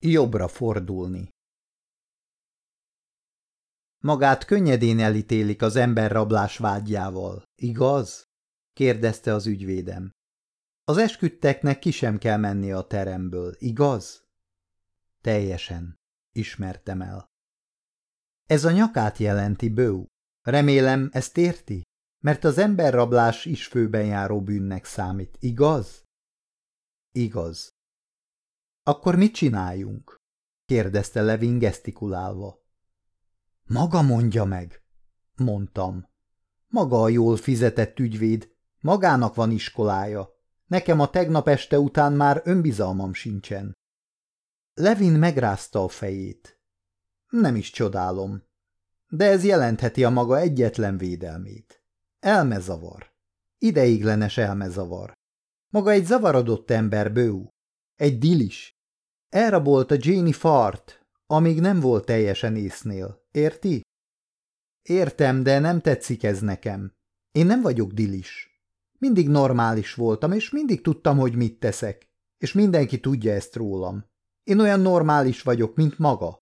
Jobbra fordulni. Magát könnyedén elítélik az emberrablás vádjával, igaz? Kérdezte az ügyvédem. Az esküdteknek ki sem kell menni a teremből, igaz? Teljesen, ismertem el. Ez a nyakát jelenti, Beau. Remélem, ezt érti? Mert az emberrablás is főben járó bűnnek számít, igaz? Igaz. Akkor mit csináljunk? Kérdezte Levin gesztikulálva. Maga mondja meg, mondtam. Maga a jól fizetett ügyvéd, magának van iskolája. Nekem a tegnap este után már önbizalmam sincsen. Levin megrázta a fejét. Nem is csodálom, de ez jelentheti a maga egyetlen védelmét. Elmezavar. Ideiglenes elmezavar. Maga egy zavarodott ember, Beau. Egy dilis. Elrabolta Janie Fart, amíg nem volt teljesen észnél. Érti? Értem, de nem tetszik ez nekem. Én nem vagyok dilis. Mindig normális voltam, és mindig tudtam, hogy mit teszek. És mindenki tudja ezt rólam. Én olyan normális vagyok, mint maga.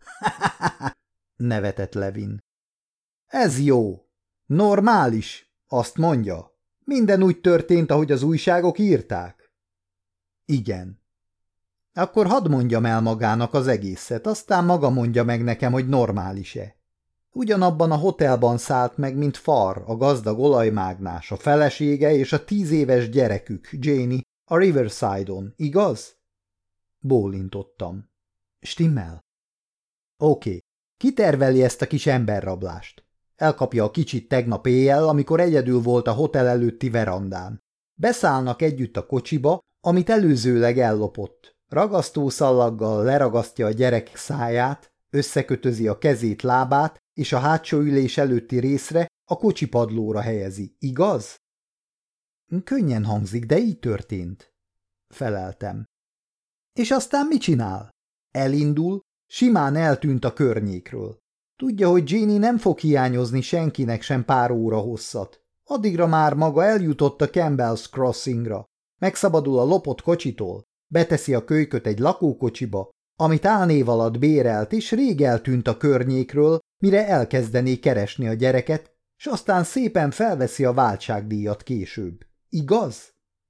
Nevetett Levin. Ez jó. Normális, azt mondja. Minden úgy történt, ahogy az újságok írták. Igen. Akkor hadd mondjam el magának az egészet, aztán maga mondja meg nekem, hogy normális-e. Ugyanabban a hotelban szállt meg, mint Farr, a gazdag olajmágnás, a felesége és a 10 éves gyerekük, Janie, a Riverside-on, igaz? Bólintottam. Stimmel? Oké. Ki terveli ezt a kis emberrablást? Elkapja a kicsit tegnap éjjel, amikor egyedül volt a hotel előtti verandán. Beszállnak együtt a kocsiba, amit előzőleg ellopott. Ragasztószallaggal leragasztja a gyerek száját, összekötözi a kezét, lábát, és a hátsó ülés előtti részre a kocsi padlóra helyezi, igaz? Könnyen hangzik, de így történt. Feleltem. És aztán mit csinál? Elindul, simán eltűnt a környékről. Tudja, hogy Janie nem fog hiányozni senkinek sem pár óra hosszat. Addigra már maga eljutott a Campbell's Crossingra. Megszabadul a lopott kocsitól, beteszi a kölyköt egy lakókocsiba, amit álnév alatt bérelt, és rég eltűnt a környékről, mire elkezdené keresni a gyereket, s aztán szépen felveszi a váltságdíjat később. Igaz?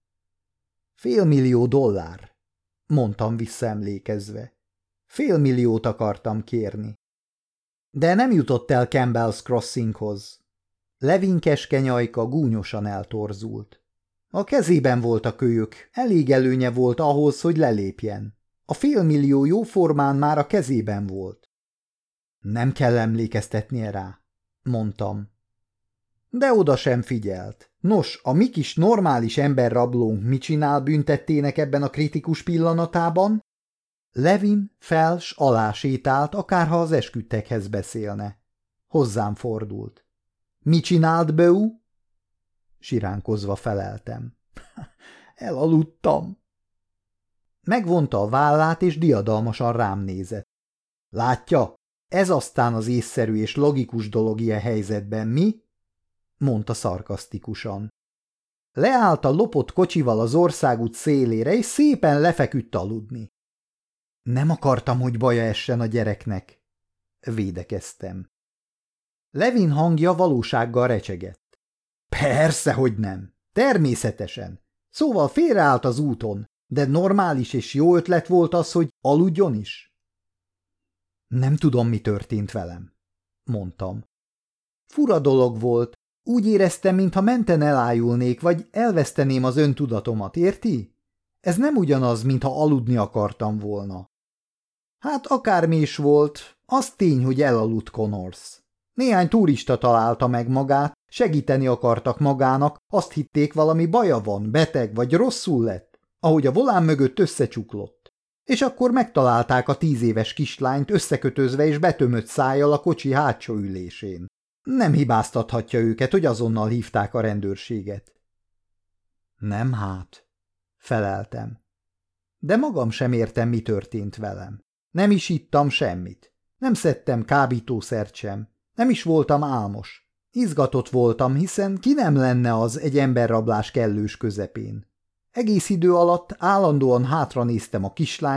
$500 000, mondtam visszaemlékezve. $500 000 akartam kérni. De nem jutott el Campbell's Crossinghoz. Levin keskeny ajka gúnyosan eltorzult. A kezében volt a kölyök, elég előnye volt ahhoz, hogy lelépjen. A $500 000 jóformán már a kezében volt. Nem kell emlékeztetnie rá, mondtam. De oda sem figyelt. Nos, a mi kis normális emberrablónk mit csinál büntettének ebben a kritikus pillanatában? Levin fel s alá sétált, akárha az esküdtekhez beszélne. Hozzám fordult. Mi csinált, Beau? Siránkozva feleltem. Elaludtam. Megvonta a vállát, és diadalmasan rám nézett. Látja, ez aztán az észszerű és logikus dolog ilyen helyzetben, mi? Mondta szarkasztikusan. Leállt a lopott kocsival az országút szélére, és szépen lefeküdt aludni. Nem akartam, hogy baja essen a gyereknek, védekeztem. Levin hangja valósággal recsegett. Persze, hogy nem. Természetesen. Szóval félreállt az úton, de normális és jó ötlet volt az, hogy aludjon is. Nem tudom, mi történt velem, mondtam. Fura dolog volt. Úgy éreztem, mintha menten elájulnék, vagy elveszteném az öntudatomat, érti? Ez nem ugyanaz, mintha aludni akartam volna. Hát akármi is volt, az tény, hogy elaludt Connors. Néhány turista találta meg magát, segíteni akartak magának, azt hitték, valami baja van, beteg vagy rosszul lett, ahogy a volán mögött összecsuklott. És akkor megtalálták a 10 éves kislányt összekötözve és betömött szájjal a kocsi hátsó ülésén. Nem hibáztathatja őket, hogy azonnal hívták a rendőrséget. Nem hát, feleltem. De magam sem értem, mi történt velem. Nem is ittam semmit. Nem szedtem kábítószert sem. Nem is voltam álmos. Izgatott voltam, hiszen ki nem lenne az egy emberrablás kellős közepén. Egész idő alatt állandóan hátranéztem a kislányra,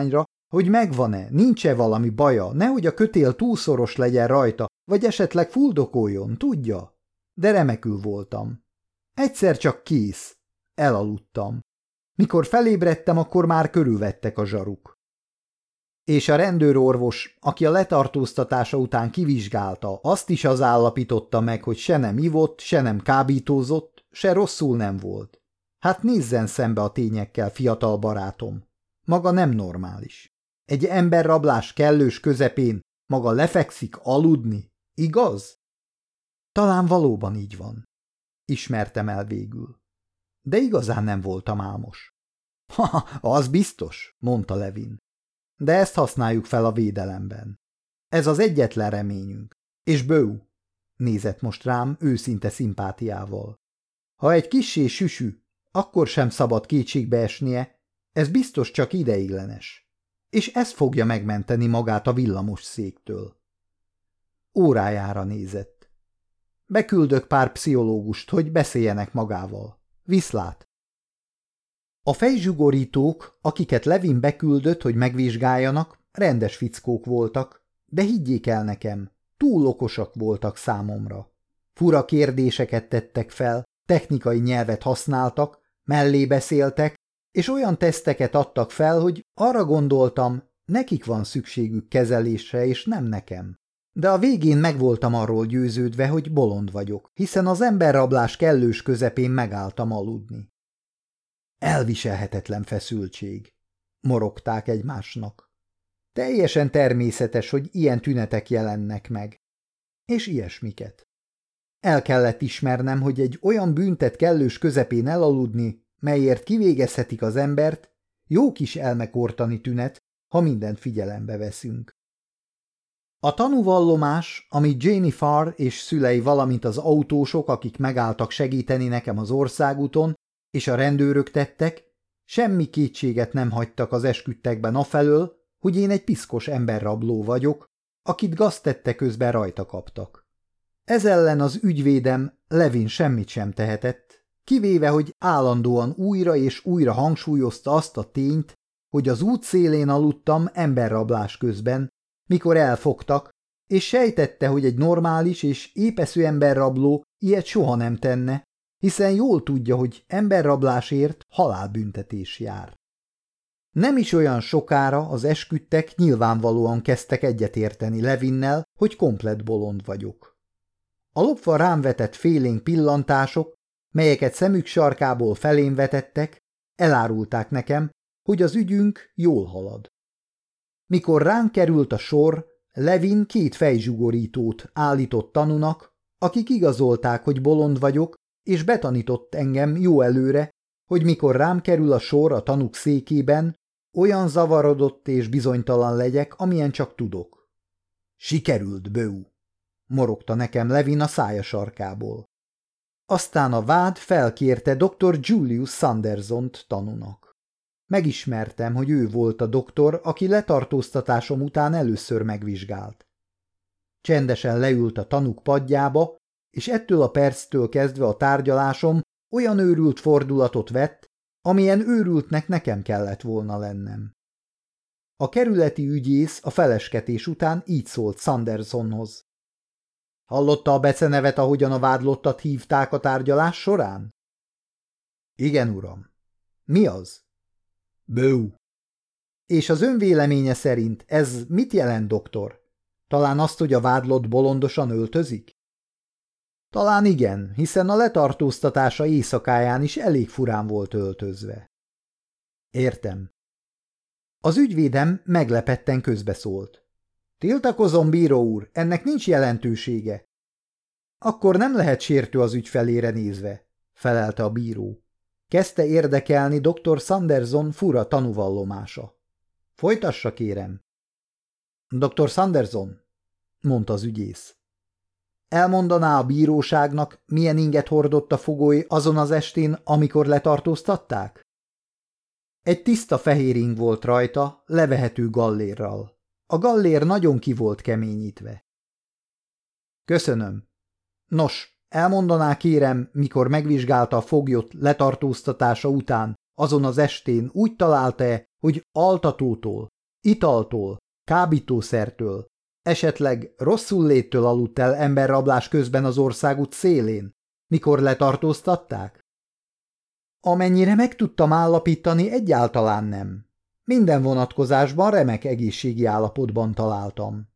Hogy megvan-e, nincs-e valami baja, nehogy a kötél túlszoros legyen rajta, vagy esetleg fuldokoljon, tudja? De remekül voltam. Egyszer csak kész. Elaludtam. Mikor felébredtem, akkor már körülvettek a zsaruk. És a rendőrorvos, aki a letartóztatása után kivizsgálta, azt is az állapította meg, hogy se nem ivott, se nem kábítózott, se rosszul nem volt. Hát nézzen szembe a tényekkel, fiatal barátom. Maga nem normális. Egy emberrablás kellős közepén maga lefekszik aludni, igaz? Talán valóban így van. Ismertem el végül. De igazán nem voltam álmos. Ha, az biztos, mondta Levin. De ezt használjuk fel a védelemben. Ez az egyetlen reményünk. És Bő nézett most rám őszinte szimpátiával. Ha egy kissé süsű, akkor sem szabad kétségbe esnie, ez biztos csak ideiglenes. És ez fogja megmenteni magát a villamos széktől. Órájára nézett. Beküldök pár pszichológust, hogy beszéljenek magával. Viszlát! A fejzsugorítók, akiket Levin beküldött, hogy megvizsgáljanak, rendes fickók voltak, de higgyék el nekem, túl okosak voltak számomra. Fura kérdéseket tettek fel, technikai nyelvet használtak, mellé beszéltek, és olyan teszteket adtak fel, hogy arra gondoltam, nekik van szükségük kezelésre, és nem nekem. De a végén meg voltam arról győződve, hogy bolond vagyok, hiszen az emberrablás kellős közepén megálltam aludni. Elviselhetetlen feszültség, morogták egymásnak. Teljesen természetes, hogy ilyen tünetek jelennek meg. És ilyesmiket. El kellett ismernem, hogy egy olyan büntet kellős közepén elaludni, melyért kivégezhetik az embert, jó kis elmekortani tünet, ha mindent figyelembe veszünk. A tanúvallomás, amit Janie Farr és szülei, valamint az autósok, akik megálltak segíteni nekem az országúton, és a rendőrök tettek, semmi kétséget nem hagytak az esküdtekben afelől, hogy én egy piszkos emberrabló vagyok, akit gaztette közben rajta kaptak. Ez ellen az ügyvédem Levin semmit sem tehetett, kivéve, hogy állandóan újra és újra hangsúlyozta azt a tényt, hogy az út szélén aludtam emberrablás közben, mikor elfogtak, és sejtette, hogy egy normális és épeszű emberrabló ilyet soha nem tenne, hiszen jól tudja, hogy emberrablásért halálbüntetés jár. Nem is olyan sokára az esküdtek nyilvánvalóan kezdtek egyetérteni Levinnel, hogy komplett bolond vagyok. A lopva rám vetett félénk pillantások, melyeket szemük sarkából felém vetettek, elárulták nekem, hogy az ügyünk jól halad. Mikor ránk került a sor, Levin 2 fejzsugorítót állított tanúnak, akik igazolták, hogy bolond vagyok, és betanított engem jó előre, hogy mikor rám kerül a sor a tanúk székében, olyan zavarodott és bizonytalan legyek, amilyen csak tudok. Sikerült, Bő, morogta nekem Levin a szája sarkából. Aztán a vád felkérte dr. Julius Sandersont tanúnak. Megismertem, hogy ő volt a doktor, aki letartóztatásom után először megvizsgált. Csendesen leült a tanúk padjába, és ettől a perctől kezdve a tárgyalásom olyan őrült fordulatot vett, amilyen őrültnek nekem kellett volna lennem. A kerületi ügyész a felesketés után így szólt Sandersonhoz. Hallotta a becenevet, ahogyan a vádlottat hívták a tárgyalás során? Igen, uram. Mi az? Bő. És az ön véleménye szerint ez mit jelent, doktor? Talán azt, hogy a vádlott bolondosan öltözik? Talán igen, hiszen a letartóztatása éjszakáján is elég furán volt öltözve. Értem. Az ügyvédem meglepetten közbeszólt. Tiltakozom, bíró úr, ennek nincs jelentősége. Akkor nem lehet sértő az ügyfelére nézve, felelte a bíró. Kezdte érdekelni dr. Sanderson fura tanúvallomása. Folytassa, kérem. Dr. Sanderson, mondta az ügyész. Elmondaná a bíróságnak, milyen inget hordott a fogoly azon az estén, amikor letartóztatták? Egy tiszta fehér ing volt rajta, levehető gallérral. A gallér nagyon ki volt keményítve. Köszönöm. Nos, elmondaná, kérem, mikor megvizsgálta a foglyot letartóztatása után, azon az estén úgy találta-e, hogy altatótól, Italtól, kábítószertől, esetleg rosszulléttől aludt el emberrablás közben az országút szélén, mikor letartóztatták? Amennyire meg tudtam állapítani, egyáltalán nem. Minden vonatkozásban remek egészségi állapotban találtam.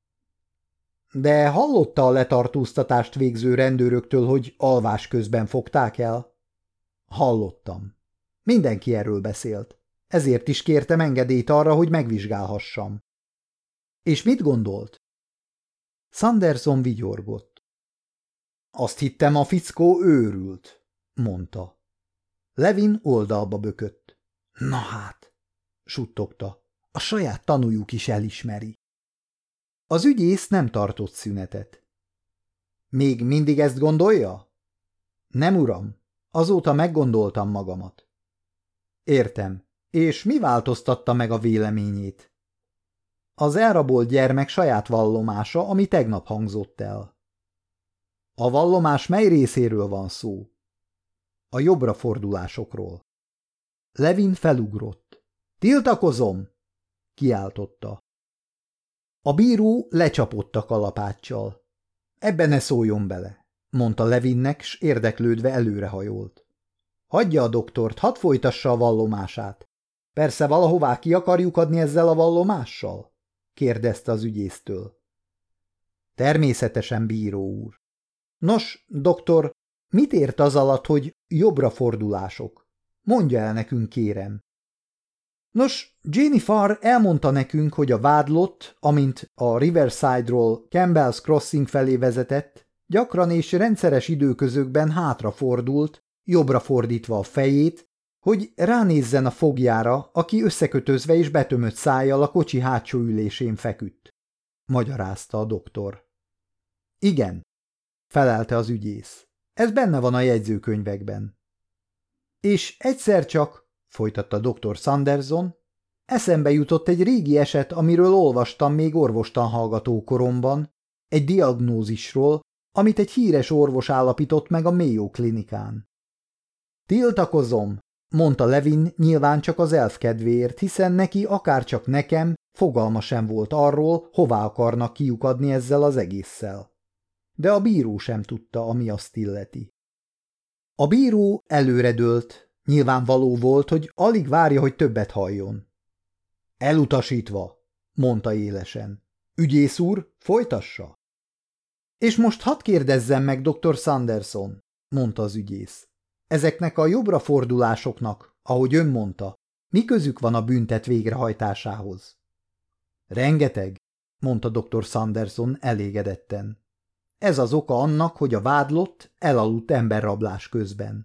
De hallotta a letartóztatást végző rendőröktől, hogy alvás közben fogták el? Hallottam. Mindenki erről beszélt. Ezért is kértem engedélyt arra, hogy megvizsgálhassam. És mit gondolt? Sanderson vigyorgott. Azt hittem, a fickó őrült, mondta. Levin oldalba bökött. Na hát, suttogta, a saját tanújuk is elismeri. Az ügyész nem tartott szünetet. Még mindig ezt gondolja? Nem, uram, azóta meggondoltam magamat. Értem, és mi változtatta meg a véleményét? Az elrabolt gyermek saját vallomása, ami tegnap hangzott el. A vallomás mely részéről van szó? A jobbra fordulásokról. Levin felugrott. Tiltakozom! Kiáltotta. A bíró lecsapott a kalapáccsal. Ebbe ne szóljon bele, mondta Levinnek, s érdeklődve előrehajolt. Hagyja a doktort, hadd folytassa a vallomását. Persze valahová ki akarjuk adni ezzel a vallomással? Kérdezte az ügyésztől. Természetesen, bíró úr. Nos, doktor, mit ért az alatt, hogy jobbra fordulások? Mondja el nekünk, kérem. Nos, Jenny Farr elmondta nekünk, hogy a vádlott, amint a Riverside-ról Campbell's Crossing felé vezetett, gyakran és rendszeres időközökben hátrafordult, jobbra fordítva a fejét, hogy ránézzen a foglyára, aki összekötözve és betömött szájjal a kocsi hátsó ülésén feküdt. Magyarázta a doktor. Igen, felelte az ügyész. Ez benne van a jegyzőkönyvekben. És egyszer csak, folytatta dr. Sanderson, eszembe jutott egy régi eset, amiről olvastam még orvostanhallgató koromban, egy diagnózisról, amit egy híres orvos állapított meg a Mayo klinikán. Tiltakozom, mondta Levin nyilván csak az elf kedvéért, hiszen neki akárcsak nekem fogalma sem volt arról, hová akarnak kiukadni ezzel az egésszel. De a bíró sem tudta, ami azt illeti. A bíró előredőlt, nyilvánvaló volt, hogy alig várja, hogy többet halljon. Elutasítva, mondta élesen. Ügyész úr, folytassa. És most hadd kérdezzem meg, dr. Sanderson, mondta az ügyész. Ezeknek a jobbra fordulásoknak, ahogy ön mondta, mi közük van a büntet végrehajtásához? Rengeteg, mondta dr. Sanderson elégedetten. Ez az oka annak, hogy a vádlott elaludt emberrablás közben.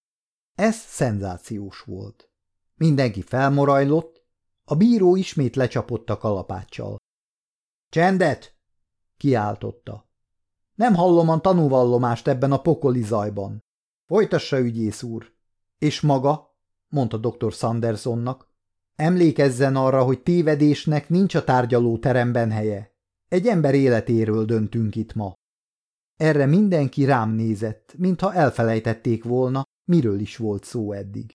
Ez szenzációs volt. Mindenki felmorajlott, a bíró ismét lecsapott a kalapáccsal. Csendet! Kiáltotta. Nem hallom a tanúvallomást ebben a pokoli zajban. Folytassa, ügyész úr. És maga, mondta dr. Sandersonnak, emlékezzen arra, hogy tévedésnek nincs a tárgyalóteremben helye. Egy ember életéről döntünk itt ma. Erre mindenki rám nézett, mintha elfelejtették volna, miről is volt szó eddig.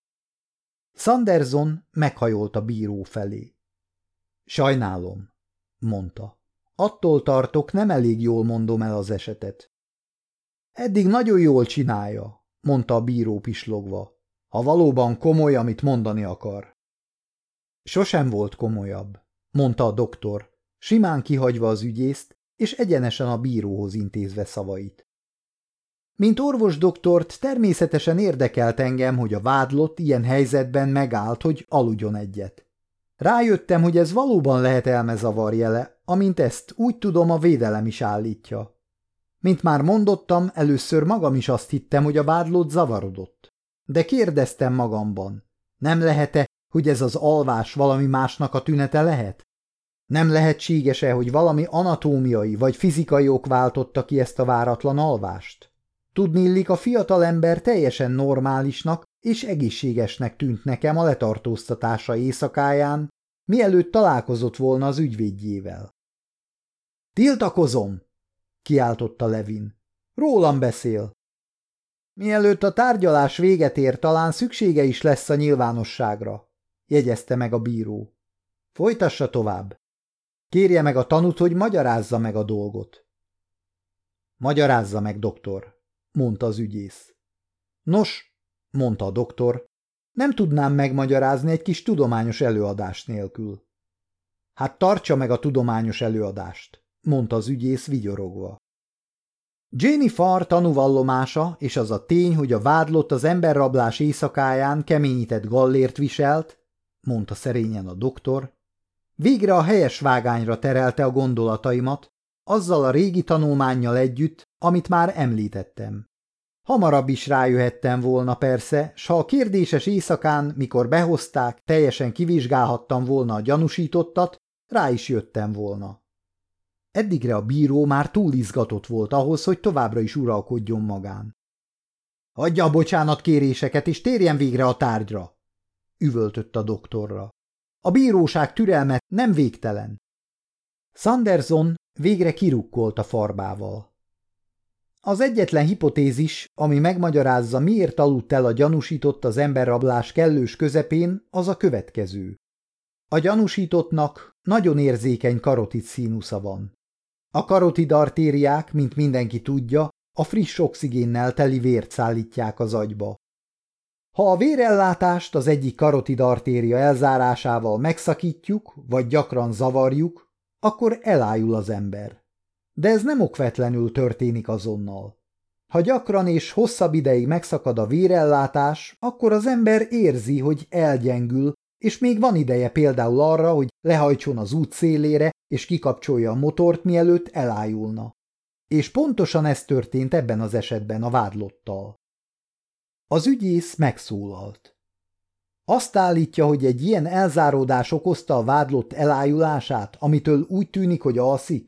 Sanderson meghajolt a bíró felé. Sajnálom, mondta. Attól tartok, nem elég jól mondom el az esetet. Eddig nagyon jól csinálja, mondta a bíró pislogva, ha valóban komoly, amit mondani akar. Sosem volt komolyabb, mondta a doktor, simán kihagyva az ügyészt, és egyenesen a bíróhoz intézve szavait. Mint orvosdoktort természetesen érdekelt engem, hogy a vádlott ilyen helyzetben megállt, hogy aludjon egyet. Rájöttem, hogy ez valóban lehet elmezavar jele, amint ezt úgy tudom a védelem is állítja. Mint már mondottam, először magam is azt hittem, hogy a vádlott zavarodott. De kérdeztem magamban, nem lehet-e, hogy ez az alvás valami másnak a tünete lehet? Nem lehetséges-e, hogy valami anatómiai vagy fizikai ok váltotta ki ezt a váratlan alvást? Tudnillik, a fiatalember teljesen normálisnak és egészségesnek tűnt nekem a letartóztatása éjszakáján, mielőtt találkozott volna az ügyvédjével. Tiltakozom! Kiáltotta Levin. Rólam beszél. Mielőtt a tárgyalás véget ér, talán szüksége is lesz a nyilvánosságra, jegyezte meg a bíró. Folytassa tovább. Kérje meg a tanút, hogy magyarázza meg a dolgot. Magyarázza meg, doktor, mondta az ügyész. Nos, mondta a doktor, nem tudnám megmagyarázni egy kis tudományos előadás nélkül. Hát tartsa meg a tudományos előadást, mondta az ügyész vigyorogva. Jenny Farr tanúvallomása és az a tény, hogy a vádlott az emberrablás éjszakáján keményített gallért viselt, mondta szerényen a doktor, végre a helyes vágányra terelte a gondolataimat, azzal a régi tanulmánnyal együtt, amit már említettem. Hamarabb is rájöhettem volna persze, s ha a kérdéses éjszakán, mikor behozták, teljesen kivizsgálhattam volna a gyanúsítottat, rá is jöttem volna. Eddigre a bíró már túl izgatott volt ahhoz, hogy továbbra is uralkodjon magán. Hagyja a bocsánatkéréseket, és térjen végre a tárgyra, üvöltött a doktorra. A bíróság türelme nem végtelen. Sanderson végre kirukkolt a farbával. Az egyetlen hipotézis, ami megmagyarázza, miért aludt el a gyanúsított az emberrablás kellős közepén, az a következő. A gyanúsítottnak nagyon érzékeny karotid színusza van. A karotid artériák, mint mindenki tudja, a friss oxigénnel teli vért szállítják az agyba. Ha a vérellátást az egyik karotid artéria elzárásával megszakítjuk, vagy gyakran zavarjuk, akkor elájul az ember. De ez nem okvetlenül történik azonnal. Ha gyakran és hosszabb ideig megszakad a vérellátás, akkor az ember érzi, hogy elgyengül, és még van ideje például arra, hogy lehajtson az út szélére, és kikapcsolja a motort, mielőtt elájulna. És pontosan ez történt ebben az esetben a vádlottal. Az ügyész megszólalt. Azt állítja, hogy egy ilyen elzáródás okozta a vádlott elájulását, amitől úgy tűnik, hogy alszik?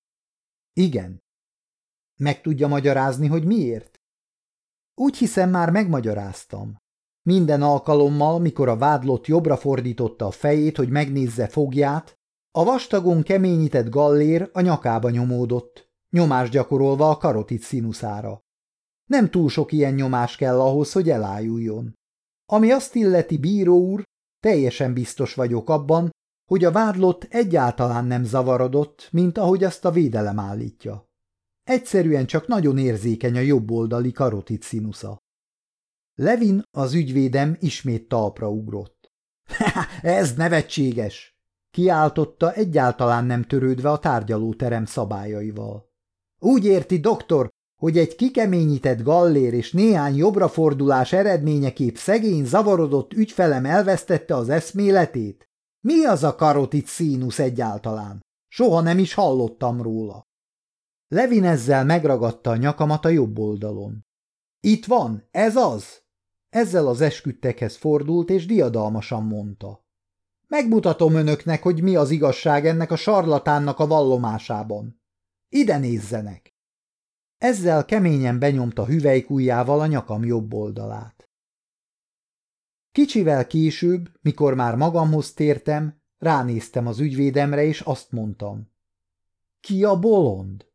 Igen. Meg tudja magyarázni, hogy miért? Úgy hiszem, már megmagyaráztam. Minden alkalommal, mikor a vádlott jobbra fordította a fejét, hogy megnézze fogját, a vastagon keményített gallér a nyakába nyomódott, nyomást gyakorolva a karotid színuszára. Nem túl sok ilyen nyomás kell ahhoz, hogy elájuljon. Ami azt illeti, bíró úr, teljesen biztos vagyok abban, hogy a vádlott egyáltalán nem zavarodott, mint ahogy azt a védelem állítja. Egyszerűen csak nagyon érzékeny a jobboldali karotid színusza. Levin, az ügyvédem ismét talpra ugrott. – Ez nevetséges! – kiáltotta, egyáltalán nem törődve a tárgyalóterem szabályaival. – Úgy érti, doktor, hogy egy kikeményített gallér és néhány jobbrafordulás eredményeképp szegény, zavarodott ügyfelem elvesztette az eszméletét? Mi az a karotid színusz egyáltalán? Soha nem is hallottam róla. Levin ezzel megragadta a nyakamat a jobb oldalon. Itt van, ez az! Ezzel az esküdtekhez fordult, és diadalmasan mondta. Megmutatom önöknek, hogy mi az igazság ennek a sarlatánnak a vallomásában. Ide nézzenek! Ezzel keményen benyomta hüvelykujjával a nyakam jobb oldalát. Kicsivel később, mikor már magamhoz tértem, ránéztem az ügyvédemre, és azt mondtam. Ki a bolond?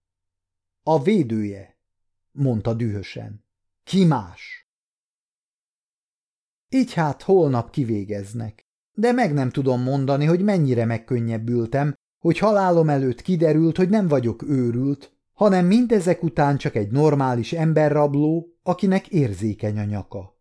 A védője, mondta dühösen. Ki más? Így hát holnap kivégeznek, de meg nem tudom mondani, hogy mennyire megkönnyebbültem, hogy halálom előtt kiderült, hogy nem vagyok őrült, hanem mindezek után csak egy normális emberrabló, akinek érzékeny a nyaka.